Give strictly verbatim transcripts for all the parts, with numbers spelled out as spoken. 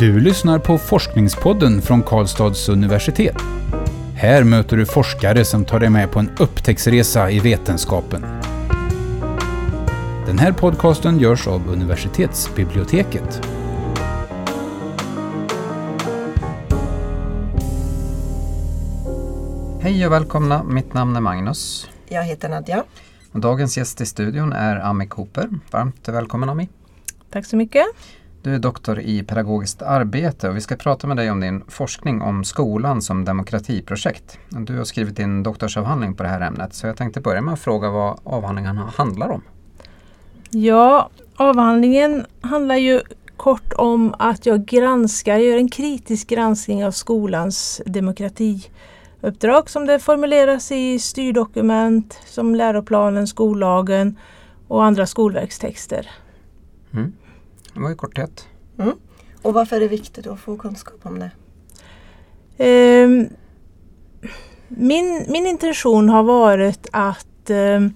Du lyssnar på Forskningspodden från Karlstads universitet. Här möter du forskare som tar dig med på en upptäcktsresa i vetenskapen. Den här podcasten görs av universitetsbiblioteket. Hej och välkomna, mitt namn är Magnus. Jag heter Nadja. Och dagens gäst i studion är Ami Cooper. Varmt välkommen, Ami. Tack så mycket. Du är doktor i pedagogiskt arbete och vi ska prata med dig om din forskning om skolan som demokratiprojekt. Du har skrivit din doktorsavhandling på det här ämnet, så jag tänkte börja med att fråga vad avhandlingen handlar om. Ja, avhandlingen handlar ju kort om att jag granskar, gör en kritisk granskning av skolans demokratiuppdrag som det formuleras i styrdokument som läroplanen, skollagen och andra skolverkstexter. Mm. Det var ju korthet. Mm. Och varför är det viktigt att få kunskap om det? Um, min, min intention har varit att um,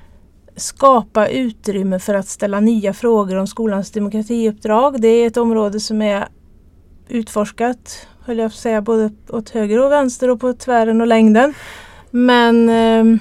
skapa utrymme för att ställa nya frågor om skolans demokratiuppdrag. Det är ett område som är utforskat, höll jag på att säga, både åt höger och vänster och på tvären och längden. Men um,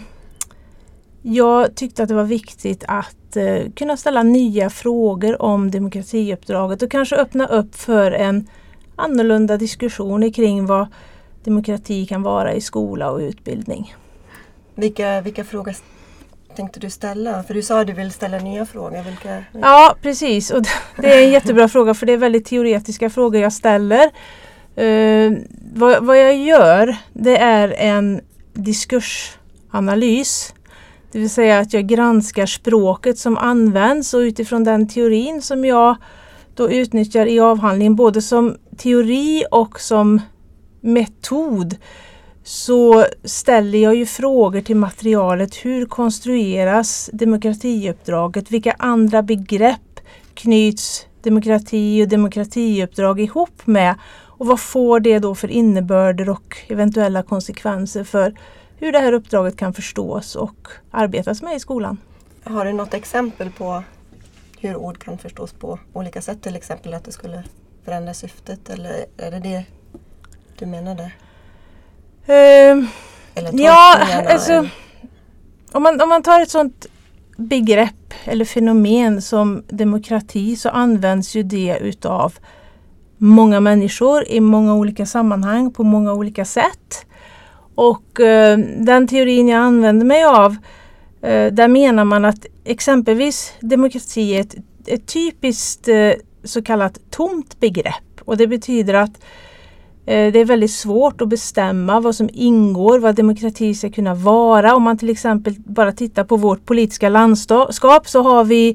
jag tyckte att det var viktigt att uh, kunna ställa nya frågor om demokratiuppdraget och kanske öppna upp för en annorlunda diskussion kring vad demokrati kan vara i skola och utbildning. Vilka, vilka frågor tänkte du ställa? För du sa att du vill ställa nya frågor. Vilka? Ja, precis. Och det är en jättebra fråga, för det är väldigt teoretiska frågor jag ställer. Uh, vad, vad jag gör, det är en diskursanalys. Det vill säga att jag granskar språket som används och utifrån den teorin som jag då utnyttjar i avhandlingen, både som teori och som metod, så ställer jag ju frågor till materialet. Hur konstrueras demokratiuppdraget? Vilka andra begrepp knyts demokrati och demokratiuppdrag ihop med? Och vad får det då för innebörder och eventuella konsekvenser för hur det här uppdraget kan förstås och arbetas med i skolan? Har du något exempel på hur ord kan förstås på olika sätt? Till exempel att det skulle förändra syftet, eller är det det du menade? Uh, eller ja, alltså eller? Om, man, om man tar ett sånt begrepp eller fenomen som demokrati, så används ju det utav många människor i många olika sammanhang på många olika sätt. Och eh, den teorin jag använder mig av, eh, där menar man att exempelvis demokrati är ett, ett typiskt eh, så kallat tomt begrepp. Och det betyder att eh, det är väldigt svårt att bestämma vad som ingår, vad demokrati ska kunna vara. Om man till exempel bara tittar på vårt politiska landskap, så har vi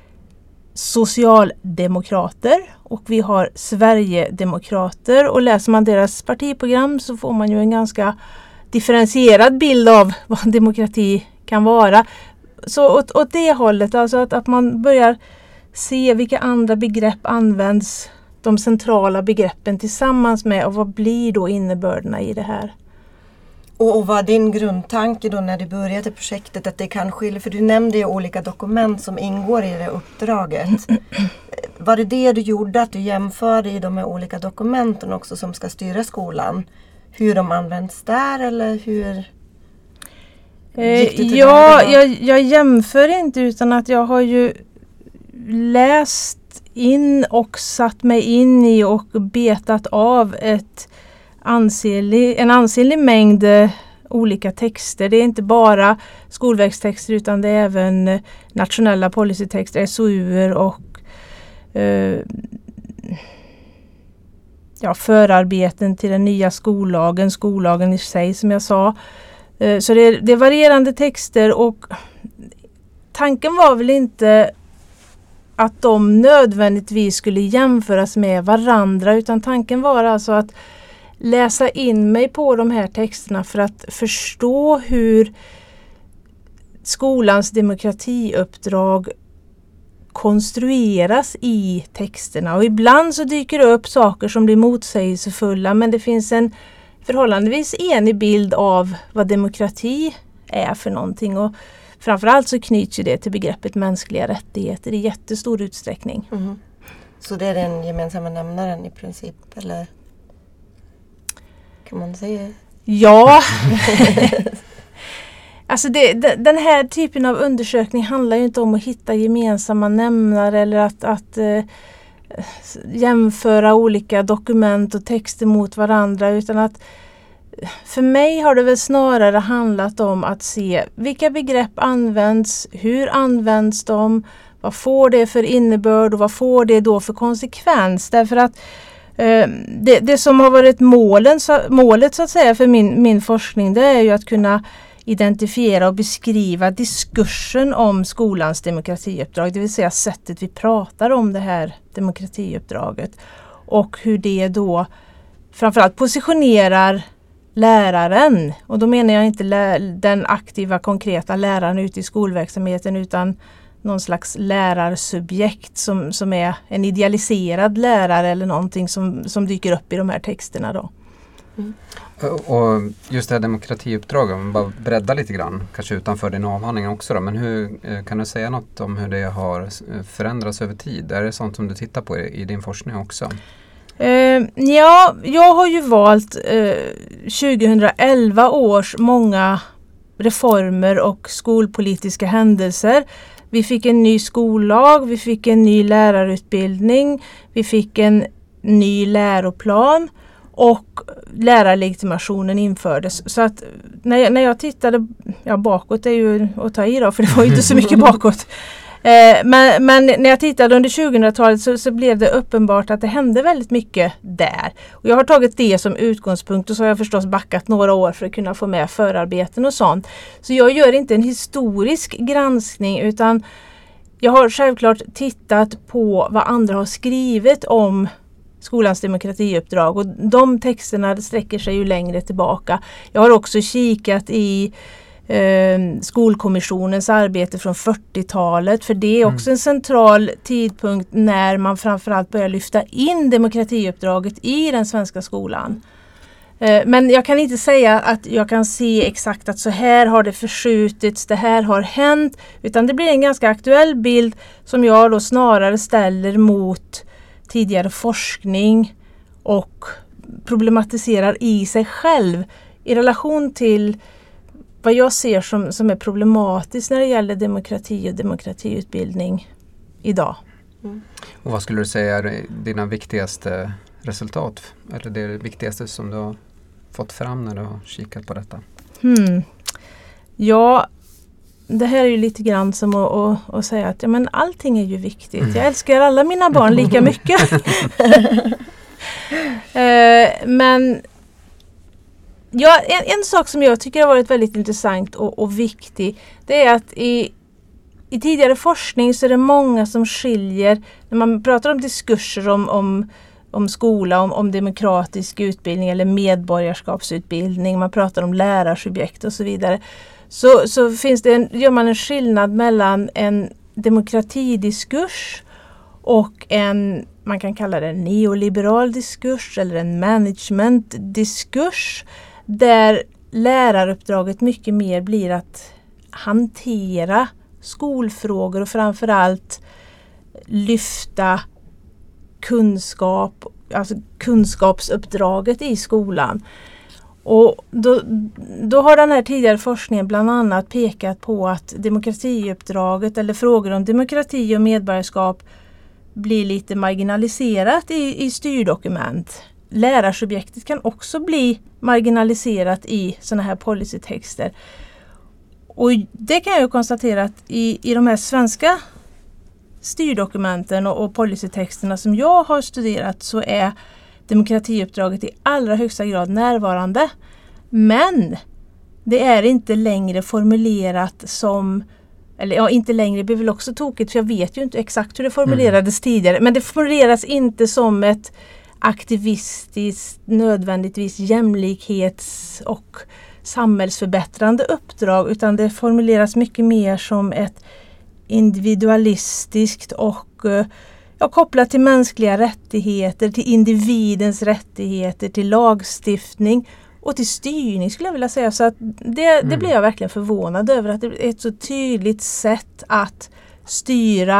socialdemokrater och vi har Sverigedemokrater. Och läser man deras partiprogram så får man ju en ganska differentierad bild av vad demokrati kan vara. Så åt, åt det hållet, alltså att, att man börjar se vilka andra begrepp används, de centrala begreppen tillsammans med, och vad blir då innebörderna i det här. Och, och vad din grundtanke då när du började projektet, att det kan skilja, för du nämnde ju olika dokument som ingår i det uppdraget. Var det det du gjorde, att du jämförde i de här olika dokumenten också som ska styra skolan? Hur de används där, eller hur eh, Ja, jag, jag jämför inte, utan att jag har ju läst in och satt mig in i och betat av ett ansenlig, en ansenlig mängd olika texter. Det är inte bara skolverkstexter, utan det är även nationella policytexter, S O U:er och eh, ja, förarbeten till den nya skollagen, skollagen i sig som jag sa. Eh, så det är, det är varierande texter, och tanken var väl inte att de nödvändigtvis skulle jämföras med varandra, utan tanken var alltså att läsa in mig på de här texterna för att förstå hur skolans demokratiuppdrag konstrueras i texterna. Och ibland så dyker det upp saker som blir motsägelsefulla, men det finns en förhållandevis enig bild av vad demokrati är för någonting. Och framförallt så knyts ju det till begreppet mänskliga rättigheter i jättestor utsträckning. Mm. Så det är den gemensamma nämnaren i princip, eller kan man säga? Ja, alltså det, det, den här typen av undersökning handlar ju inte om att hitta gemensamma nämnare eller att, att eh, jämföra olika dokument och texter mot varandra, utan att för mig har det väl snarare handlat om att se vilka begrepp används, hur används de, vad får det för innebörd och vad får det då för konsekvens. Därför att eh, det, det som har varit målen, så, målet så att säga för min, min forskning, det är ju att kunna identifiera och beskriva diskursen om skolans demokratiuppdrag, det vill säga sättet vi pratar om det här demokratiuppdraget och hur det då framförallt positionerar läraren. Och då menar jag inte lä- den aktiva konkreta läraren ute i skolverksamheten, utan någon slags lärarsubjekt som, som är en idealiserad lärare eller någonting som, som dyker upp i de här texterna då. Mm. Och just det här demokratiuppdraget, om man bara bredda lite grann, kanske utanför din avhandling också då, men hur kan du säga något om hur det har förändrats över tid? Är det sånt som du tittar på i, i din forskning också? Uh, ja, jag har ju valt uh, tjugohundraelva års många reformer och skolpolitiska händelser. Vi fick en ny skollag, vi fick en ny lärarutbildning, vi fick en ny läroplan och lärarlegitimationen infördes. Så att när jag, när jag tittade, ja bakåt är ju att ta i då, för det var ju inte så mycket bakåt. Eh, men, men när jag tittade under tjugohundratalet så, så blev det uppenbart att det hände väldigt mycket där. Och jag har tagit det som utgångspunkt och så har jag förstås backat några år för att kunna få med förarbeten och sånt. Så jag gör inte en historisk granskning, utan jag har självklart tittat på vad andra har skrivit om skolans demokratiuppdrag, och de texterna sträcker sig ju längre tillbaka. Jag har också kikat i eh, skolkommissionens arbete från fyrtiotalet, för det är också mm. en central tidpunkt när man framförallt börjar lyfta in demokratiuppdraget i den svenska skolan. Eh, men jag kan inte säga att jag kan se exakt att så här har det förskjutits, det här har hänt, utan det blir en ganska aktuell bild som jag då snarare ställer mot tidigare forskning och problematiserar i sig själv i relation till vad jag ser som, som är problematiskt när det gäller demokrati och demokratiutbildning idag. Mm. Och vad skulle du säga är dina viktigaste resultat? Eller det viktigaste som du har fått fram när du har kikat på detta? Hmm. Ja, det här är ju lite grann som att, att, att säga att ja, men allting är ju viktigt. Jag älskar alla mina barn lika mycket. eh, men ja, en, en sak som jag tycker har varit väldigt intressant och, och viktig, det är att i, i tidigare forskning så är det många som skiljer, när man pratar om diskurser om, om, om skola, om, om demokratisk utbildning eller medborgarskapsutbildning, man pratar om lärarsubjekt och så vidare. Så, så finns det en, gör man en skillnad mellan en demokratidiskurs och en, man kan kalla det en neoliberal diskurs eller en managementdiskurs, där läraruppdraget mycket mer blir att hantera skolfrågor och framförallt lyfta kunskap, alltså kunskapsuppdraget i skolan. Och då, då har den här tidigare forskningen bland annat pekat på att demokratiuppdraget eller frågor om demokrati och medborgarskap blir lite marginaliserat i, i styrdokument. Lärarsubjektet kan också bli marginaliserat i sådana här policytexter. Och det kan jag ju konstatera att i, i de här svenska styrdokumenten och, och policytexterna som jag har studerat så är demokratiuppdraget i allra högsta grad närvarande. Men det är inte längre formulerat som, eller ja, inte längre, det blir väl också tokigt för jag vet ju inte exakt hur det formulerades mm. tidigare, men det formuleras inte som ett aktivistiskt, nödvändigtvis jämlikhets- och samhällsförbättrande uppdrag, utan det formuleras mycket mer som ett individualistiskt och ja, kopplat till mänskliga rättigheter, till individens rättigheter, till lagstiftning och till styrning skulle jag vilja säga. Så att det, mm. det blir jag verkligen förvånad över, att det är ett så tydligt sätt att styra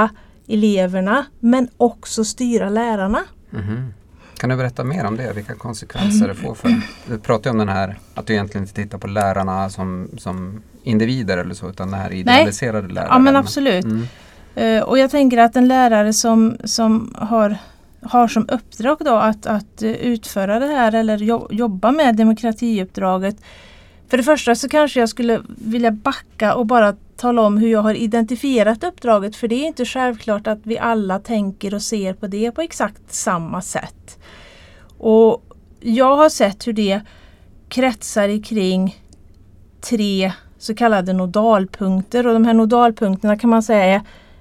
eleverna men också styra lärarna. Mm-hmm. Kan du berätta mer om det? Vilka konsekvenser det får för? Du pratar ju om den här att du egentligen inte tittar på lärarna som, som individer eller så, utan den här idealiserade läraren. Ja, men absolut. Mm. Uh, och jag tänker att en lärare som, som har, har som uppdrag då att, att utföra det här eller jo, jobba med demokratiuppdraget. För det första så kanske jag skulle vilja backa och bara tala om hur jag har identifierat uppdraget. För det är inte självklart att vi alla tänker och ser på det på exakt samma sätt. Och jag har sett hur det kretsar kring tre så kallade nodalpunkter. Och de här nodalpunkterna kan man säga är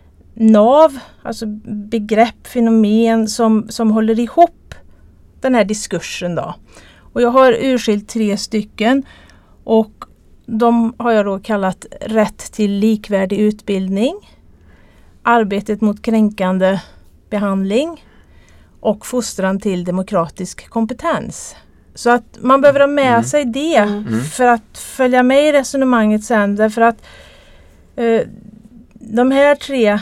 nav, alltså begrepp, fenomen som, som håller ihop den här diskursen då. Och jag har urskilt tre stycken. Och de har jag då kallat rätt till likvärdig utbildning, arbetet mot kränkande behandling och fostran till demokratisk kompetens. Så att man behöver ha med mm. sig det mm. för att följa med i resonemanget sen. Därför att eh, de här tre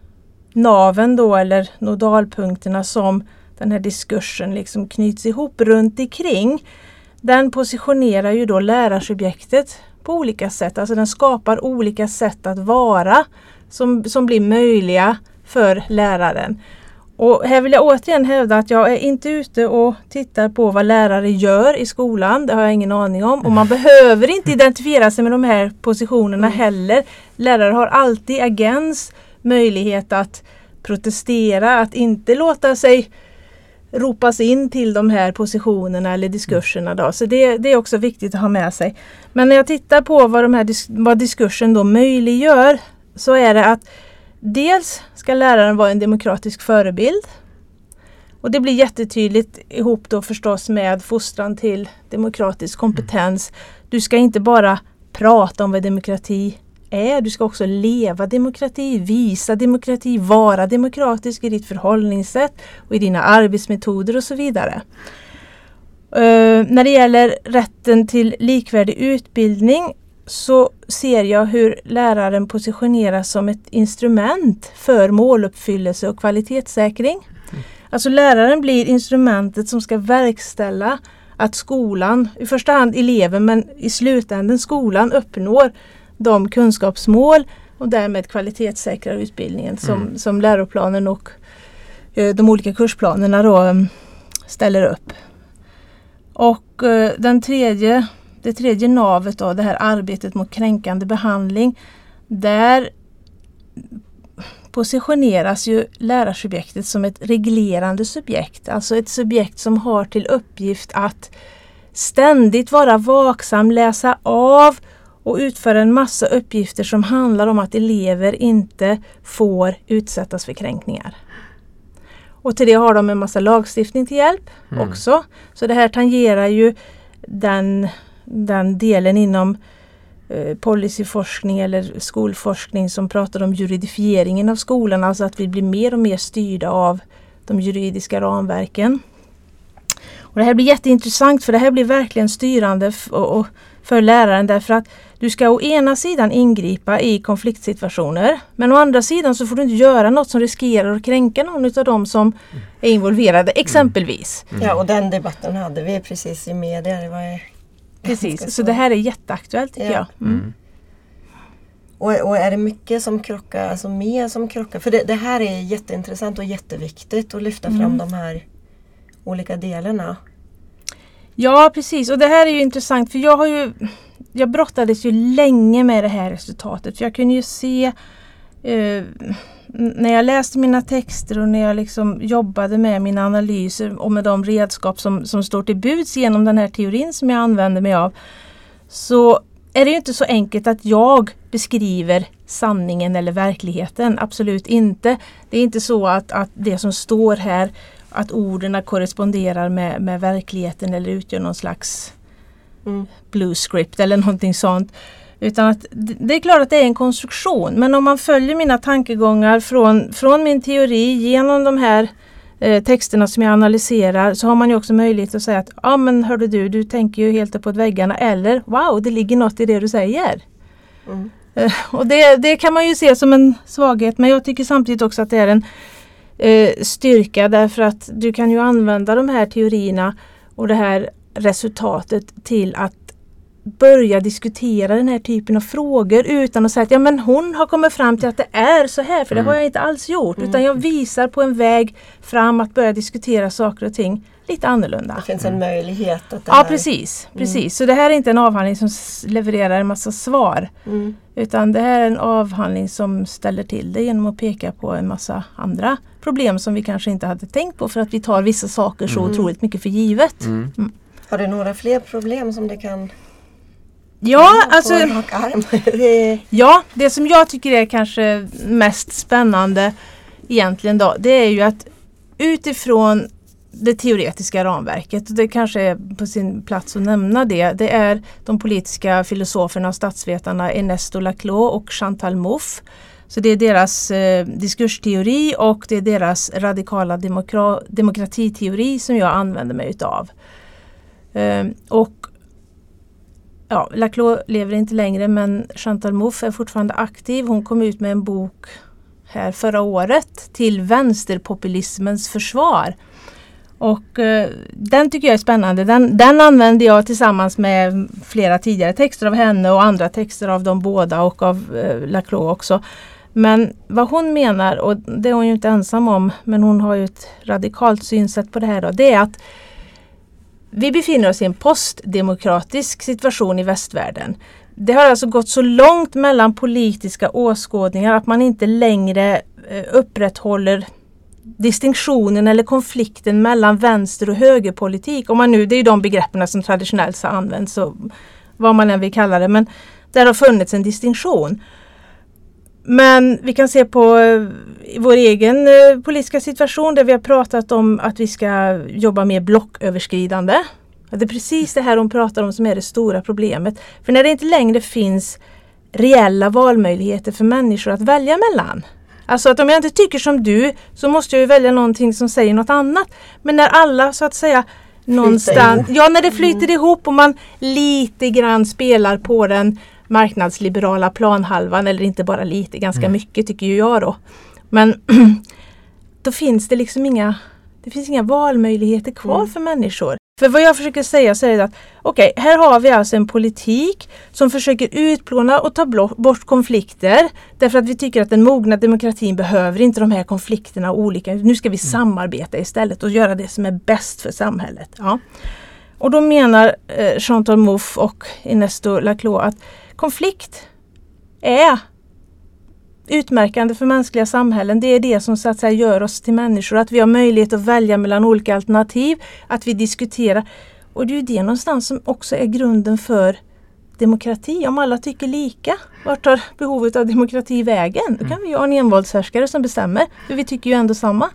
naven då, eller nodalpunkterna som den här diskursen liksom knyts ihop runt omkring, den positionerar ju då lärarsubjektet på olika sätt. Alltså den skapar olika sätt att vara som, som blir möjliga för läraren. Och här vill jag återigen hävda att jag är inte ute och tittar på vad lärare gör i skolan. Det har jag ingen aning om. Och man behöver inte identifiera sig med de här positionerna heller. Lärare har alltid agens, möjlighet att protestera, att inte låta sig ropas in till de här positionerna eller diskurserna då. Så det, det är också viktigt att ha med sig. Men när jag tittar på vad, de här, vad diskursen då möjliggör, så är det att dels ska läraren vara en demokratisk förebild. Och det blir jättetydligt ihop då förstås med fostran till demokratisk kompetens. Du ska inte bara prata om vad demokrati är. Du ska också leva demokrati, visa demokrati, vara demokratisk i ditt förhållningssätt och i dina arbetsmetoder och så vidare. Uh, när det gäller rätten till likvärdig utbildning så ser jag hur läraren positioneras som ett instrument för måluppfyllelse och kvalitetssäkring. Mm. Alltså läraren blir instrumentet som ska verkställa att skolan, i första hand eleven men i slutändan skolan, uppnår de kunskapsmål och därmed kvalitetssäkrar utbildningen som, mm. som läroplanen och eh, de olika kursplanerna då um, ställer upp. Och eh, den tredje, det tredje navet då, det här arbetet mot kränkande behandling, där positioneras ju lärarsubjektet som ett reglerande subjekt. Alltså ett subjekt som har till uppgift att ständigt vara vaksam, läsa av och utföra en massa uppgifter som handlar om att elever inte får utsättas för kränkningar. Och till det har de en massa lagstiftning till hjälp mm. också. Så det här tangerar ju den, den delen inom eh, policyforskning eller skolforskning som pratar om juridifieringen av skolan. Alltså att vi blir mer och mer styrda av de juridiska ramverken. Och det här blir jätteintressant, för det här blir verkligen styrande f- och, och för läraren, därför att du ska å ena sidan ingripa i konfliktsituationer, men å andra sidan så får du inte göra något som riskerar att kränka någon av dem som är involverade, exempelvis. Mm. Ja, och den debatten hade vi precis i media. Det var precis, så. så det här är jätteaktuellt tycker ja. jag. Mm. Och, och är det mycket som krockar, alltså mer som krockar? För det, det här är jätteintressant och jätteviktigt att lyfta fram mm. de här olika delarna. Ja, precis. Och det här är ju intressant, för jag har ju jag brottades ju länge med det här resultatet. Jag kunde ju se eh, när jag läste mina texter och när jag liksom jobbade med mina analyser och med de redskap som, som står till buds genom den här teorin som jag använder mig av, så är det ju inte så enkelt att jag beskriver sanningen eller verkligheten. Absolut inte. Det är inte så att, att det som står här, att orden korresponderar med, med verkligheten eller utgör någon slags mm. blue script eller någonting sånt. Utan att det är klart att det är en konstruktion. Men om man följer mina tankegångar från, från min teori genom de här eh, texterna som jag analyserar, så har man ju också möjlighet att säga att ja ah, men hörde du, du tänker ju helt uppåt väggarna, eller wow, det ligger något i det du säger. Mm. Eh, och det, det kan man ju se som en svaghet, men jag tycker samtidigt också att det är en eh, styrka, därför att du kan ju använda de här teorierna och det här resultatet till att börja diskutera den här typen av frågor utan att säga att ja, men hon har kommit fram till att det är så här, för det har jag inte alls gjort, mm. utan jag visar på en väg fram att börja diskutera saker och ting lite annorlunda. Det finns en möjlighet att det Ja, här... precis, precis. Mm. Så det här är inte en avhandling som levererar en massa svar, mm. utan det här är en avhandling som ställer till det genom att peka på en massa andra problem som vi kanske inte hade tänkt på, för att vi tar vissa saker så mm. otroligt mycket för givet. Mm. Mm. Har du några fler problem som det kan... Ja, alltså, ja, det som jag tycker är kanske mest spännande egentligen då, det är ju att utifrån det teoretiska ramverket, och det kanske är på sin plats att nämna det, det är de politiska filosoferna och statsvetarna Ernesto Laclau och Chantal Mouffe. Så det är deras eh, diskursteori och det är deras radikala demokra- demokratiteori som jag använder mig utav. Eh, och Ja, Laclau lever inte längre, men Chantal Mouffe är fortfarande aktiv. Hon kom ut med en bok här förra året, Till vänsterpopulismens försvar. Och eh, den tycker jag är spännande. Den, den använder jag tillsammans med flera tidigare texter av henne och andra texter av de båda och av eh, Laclau också. Men vad hon menar, och det är hon ju inte ensam om, men hon har ju ett radikalt synsätt på det här då, det är att vi befinner oss i en postdemokratisk situation i västvärlden. Det har alltså gått så långt mellan politiska åskådningar att man inte längre eh, upprätthåller distinktionen eller konflikten mellan vänster- och högerpolitik. Om man nu, det är ju de begreppen som traditionellt har använts, så vad man än vill kalla det, men där har funnits en distinktion. Men vi kan se på eh, vår egen eh, politiska situation där vi har pratat om att vi ska jobba mer blocköverskridande. Det är precis det här hon pratar om som är det stora problemet. För när det inte längre finns reella valmöjligheter för människor att välja mellan. Alltså att om jag inte tycker som du så måste jag ju välja någonting som säger något annat. Men när alla så att säga någonstans, ja när det flyter mm. ihop och man lite grann spelar på den marknadsliberala planhalvan, eller inte bara lite, ganska mm. mycket tycker ju jag då. Men då finns det liksom inga, det finns inga valmöjligheter kvar mm. för människor. För vad jag försöker säga så är det att okej, okay, här har vi alltså en politik som försöker utplåna och ta bort konflikter, därför att vi tycker att den mogna demokratin behöver inte de här konflikterna och olika. Nu ska vi mm. samarbeta istället och göra det som är bäst för samhället. Ja. Och då menar eh, Chantal Mouffe och Ernesto Laclau att konflikt är utmärkande för mänskliga samhällen. Det är det som så att säga gör oss till människor. Att vi har möjlighet att välja mellan olika alternativ. Att vi diskuterar. Och det är ju det någonstans som också är grunden för demokrati. Om alla tycker lika, vart tar behovet av demokrati vägen? Då kan vi ju ha en envåldshärskare som bestämmer. För vi tycker ju ändå samma.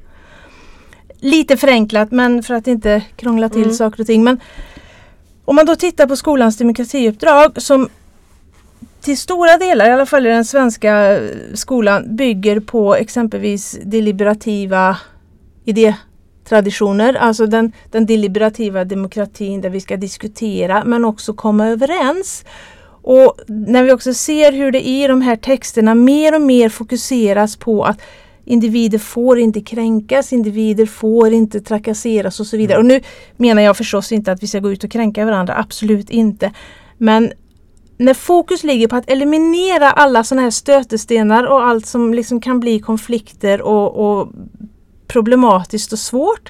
Lite förenklat, men för att inte krångla till mm. saker och ting. Men om man då tittar på skolans demokratiuppdrag som till stora delar, i alla fall i den svenska skolan, bygger på exempelvis deliberativa idétraditioner. Alltså den, den deliberativa demokratin där vi ska diskutera men också komma överens. Och när vi också ser hur det i de här texterna mer och mer fokuseras på att individer får inte kränkas, individer får inte trakasseras och så vidare. Och nu menar jag förstås inte att vi ska gå ut och kränka varandra, absolut inte. Men när fokus ligger på att eliminera alla sådana här stötestenar och allt som liksom kan bli konflikter och, och problematiskt och svårt.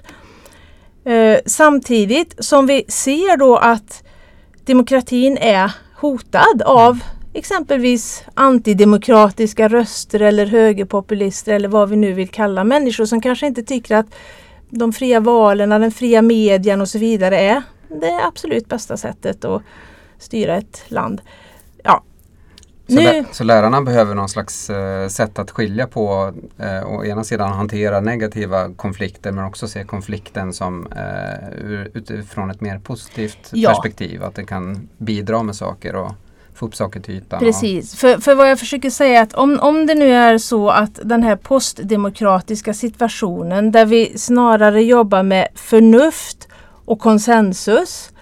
Eh, samtidigt som vi ser då att demokratin är hotad av exempelvis antidemokratiska röster eller högerpopulister eller vad vi nu vill kalla människor som kanske inte tycker att de fria valen, den fria medien och så vidare är det absolut bästa sättet att styra ett land. Ja. Så, nu, lä- så lärarna behöver någon slags eh, sätt att skilja på eh, å ena sidan hantera negativa konflikter men också se konflikten som eh, utifrån ett mer positivt ja. perspektiv. Att det kan bidra med saker och få upp saker till ytan. Precis, för, för vad jag försöker säga är att om, om det nu är så att den här postdemokratiska situationen där vi snarare jobbar med förnuft och konsensus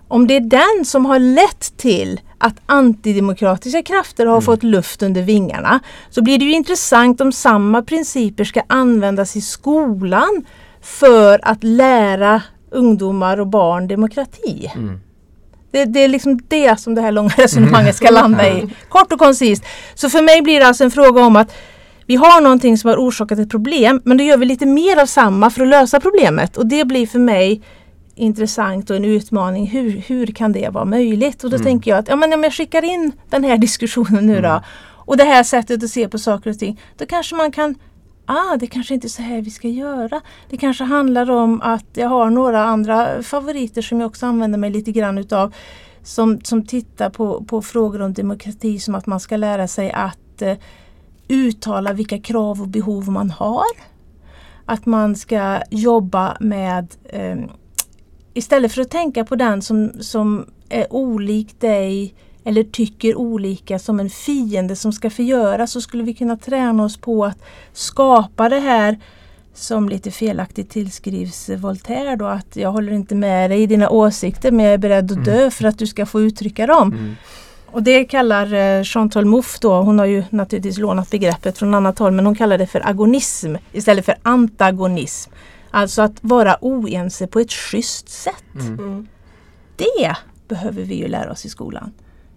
om det är den som har lett till att antidemokratiska krafter har mm. fått luft under vingarna, så blir det ju intressant om samma principer ska användas i skolan för att lära ungdomar och barn demokrati. Mm. Det, det är liksom det som det här långa resonemanget ska landa i. Kort och koncist. Så för mig blir det alltså en fråga om att vi har någonting som har orsakat ett problem, men då gör vi lite mer av samma för att lösa problemet. Och det blir för mig intressant och en utmaning. Hur, hur kan det vara möjligt? Och då mm. tänker jag att ja, men om jag skickar in den här diskussionen nu då, mm. och det här sättet att se på saker och ting, då kanske man kan ah, det kanske inte är så här vi ska göra. Det kanske handlar om att jag har några andra favoriter som jag också använder mig lite grann utav, som, som tittar på, på frågor om demokrati, som att man ska lära sig att eh, uttala vilka krav och behov man har. Att man ska jobba med, eh, istället för att tänka på den som, som är olik dig eller tycker olika som en fiende som ska förgöra, så skulle vi kunna träna oss på att skapa det här som lite felaktigt tillskrivs Voltaire då, att jag håller inte med dig i dina åsikter, men jag är beredd att dö mm. för att du ska få uttrycka dem. Mm. Och det kallar eh, Chantal Mouffe då, hon har ju naturligtvis lånat begreppet från annat håll, men hon kallar det för agonism istället för antagonism. Alltså att vara oense på ett schysst sätt. Mm. Mm. Det behöver vi ju lära oss i skolan.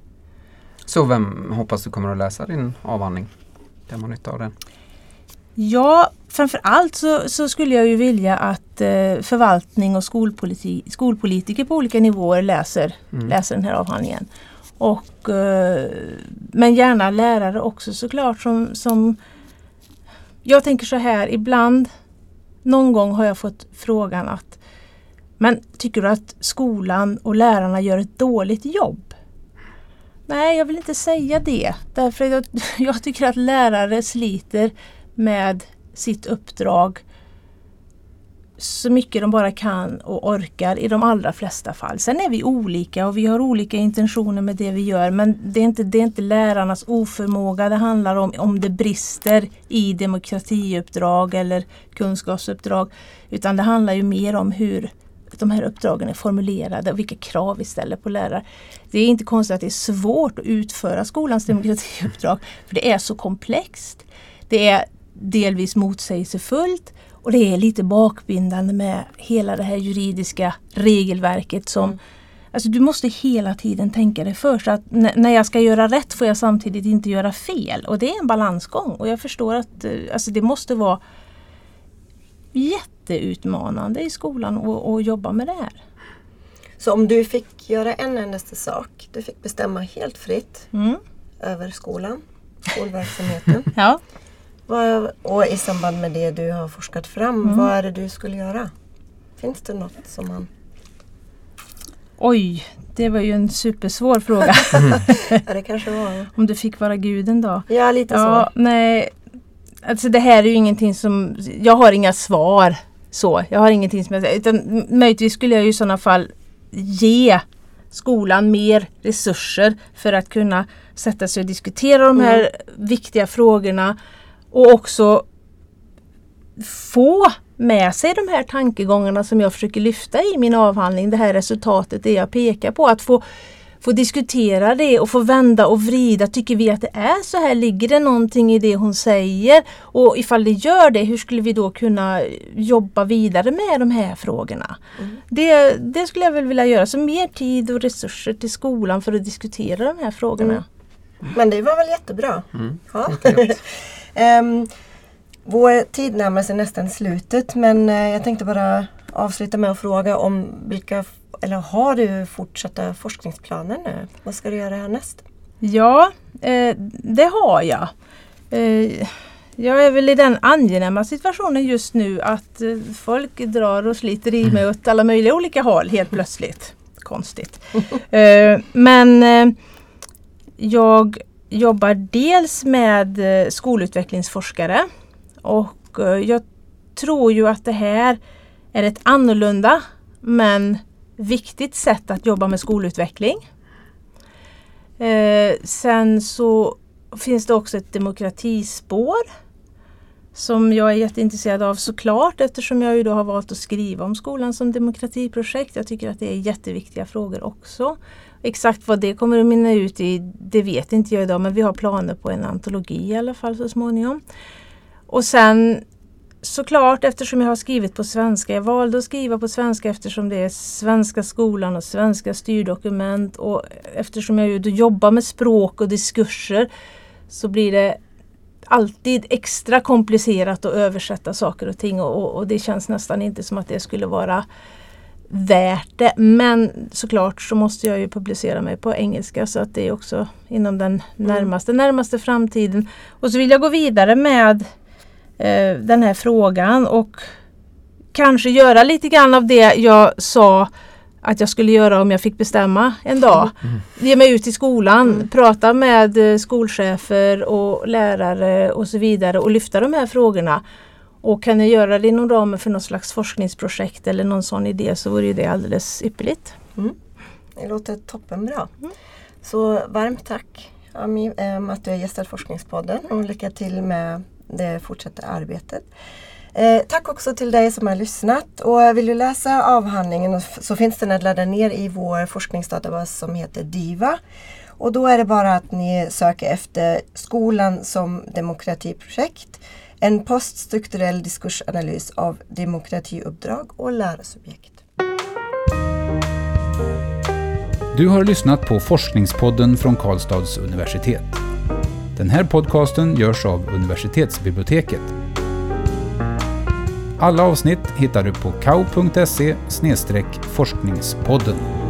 Så vem hoppas du kommer att läsa din avhandling? Vem har nytta av den? Ja, framförallt så, så skulle jag ju vilja att eh, förvaltning och skolpoliti- skolpolitiker på olika nivåer läser, mm. läser den här avhandlingen. Och, eh, men gärna lärare också såklart. Som, som, jag tänker så här, ibland, någon gång har jag fått frågan att men tycker du att skolan och lärarna gör ett dåligt jobb? Nej, jag vill inte säga det. Därför jag, jag tycker att lärare sliter med sitt uppdrag så mycket de bara kan och orkar i de allra flesta fall. Sen är vi olika och vi har olika intentioner med det vi gör, men det är inte, det är inte lärarnas oförmåga. Det handlar om om det brister i demokratiuppdrag eller kunskapsuppdrag, utan det handlar ju mer om hur de här uppdragen är formulerade och vilka krav vi ställer på lärare. Det är inte konstigt att det är svårt att utföra skolans demokratiuppdrag, för det är så komplext. Det är delvis motsägelsefullt och det är lite bakbindande med hela det här juridiska regelverket som mm. alltså du måste hela tiden tänka dig för, så att n- när jag ska göra rätt får jag samtidigt inte göra fel, och det är en balansgång, och jag förstår att alltså det måste vara jätteutmanande i skolan och, och jobba med det här. Så om du fick göra en endaste sak, du fick bestämma helt fritt mm. över skolan, skolverksamheten. Ja. Vad, och i samband med det du har forskat fram, mm. vad är det du skulle göra? Finns det något som man... Oj, det var ju en supersvår fråga. Ja, det kanske var. Om du fick vara guden då. Ja, lite ja, så. Nej, alltså det här är ju ingenting som... Jag har inga svar så. Jag har ingenting som jag säger. Utan möjligtvis skulle jag ju i sådana fall ge skolan mer resurser för att kunna sätta sig och diskutera de här mm. viktiga frågorna. Och också få med sig de här tankegångarna som jag försöker lyfta i min avhandling. Det här resultatet, det jag pekar på. Att få, få diskutera det och få vända och vrida. Tycker vi att det är så här? Ligger det någonting i det hon säger? Och ifall det gör det, hur skulle vi då kunna jobba vidare med de här frågorna? Mm. Det, det skulle jag väl vilja göra. Så mer tid och resurser till skolan för att diskutera de här frågorna. Mm. Men det var väl jättebra. Mm. Ja. um, vår tid närmar sig nästan slutet, men uh, jag tänkte bara avsluta med att fråga om vilka, eller har du fortsatta forskningsplaner nu? Vad ska du göra härnäst? Ja, eh, det har jag. Eh, jag är väl i den angenäma situationen just nu att eh, folk drar och sliter i mig åt alla möjliga olika håll helt plötsligt. Konstigt. eh, men eh, jag jobbar dels med eh, skolutvecklingsforskare, och eh, jag tror ju att det här är ett annorlunda men viktigt sätt att jobba med skolutveckling. Eh, sen så finns det också ett demokratispår som jag är jätteintresserad av såklart, eftersom jag ju då har valt att skriva om skolan som demokratiprojekt. Jag tycker att det är jätteviktiga frågor också. Exakt vad det kommer att minna ut i, det vet inte jag idag, men vi har planer på en antologi i alla fall så småningom. Och sen såklart, eftersom jag har skrivit på svenska, jag valde att skriva på svenska eftersom det är svenska skolan och svenska styrdokument, och eftersom jag ju då jobbar med språk och diskurser så blir det alltid extra komplicerat att översätta saker och ting, och, och det känns nästan inte som att det skulle vara värt det. Men såklart så måste jag ju publicera mig på engelska, så att det är också inom den närmaste, närmaste framtiden. Och så vill jag gå vidare med eh, den här frågan och kanske göra lite grann av det jag sa att jag skulle göra om jag fick bestämma en dag. Mm. Ge mig ut i skolan, mm. prata med skolchefer och lärare och så vidare och lyfta de här frågorna. Och kan jag göra det inom ramen för något slags forskningsprojekt eller någon sån idé, så vore det alldeles ypperligt. Mm. Det låter toppenbra. Mm. Så varmt tack Ami, ähm, att du har gästat Forskningspodden, och lycka till med det fortsatta arbetet. Eh, tack också till dig som har lyssnat, och vill du läsa avhandlingen så finns den att ladda ner i vår forskningsdatabas som heter DIVA, och då är det bara att ni söker efter skolan som demokratiprojekt, en poststrukturell diskursanalys av demokratiuppdrag och lärosubjekt. Du har lyssnat på Forskningspodden från Karlstads universitet. Den här podcasten görs av universitetsbiblioteket. Alla avsnitt hittar du på kau punkt se slash forskningspodden.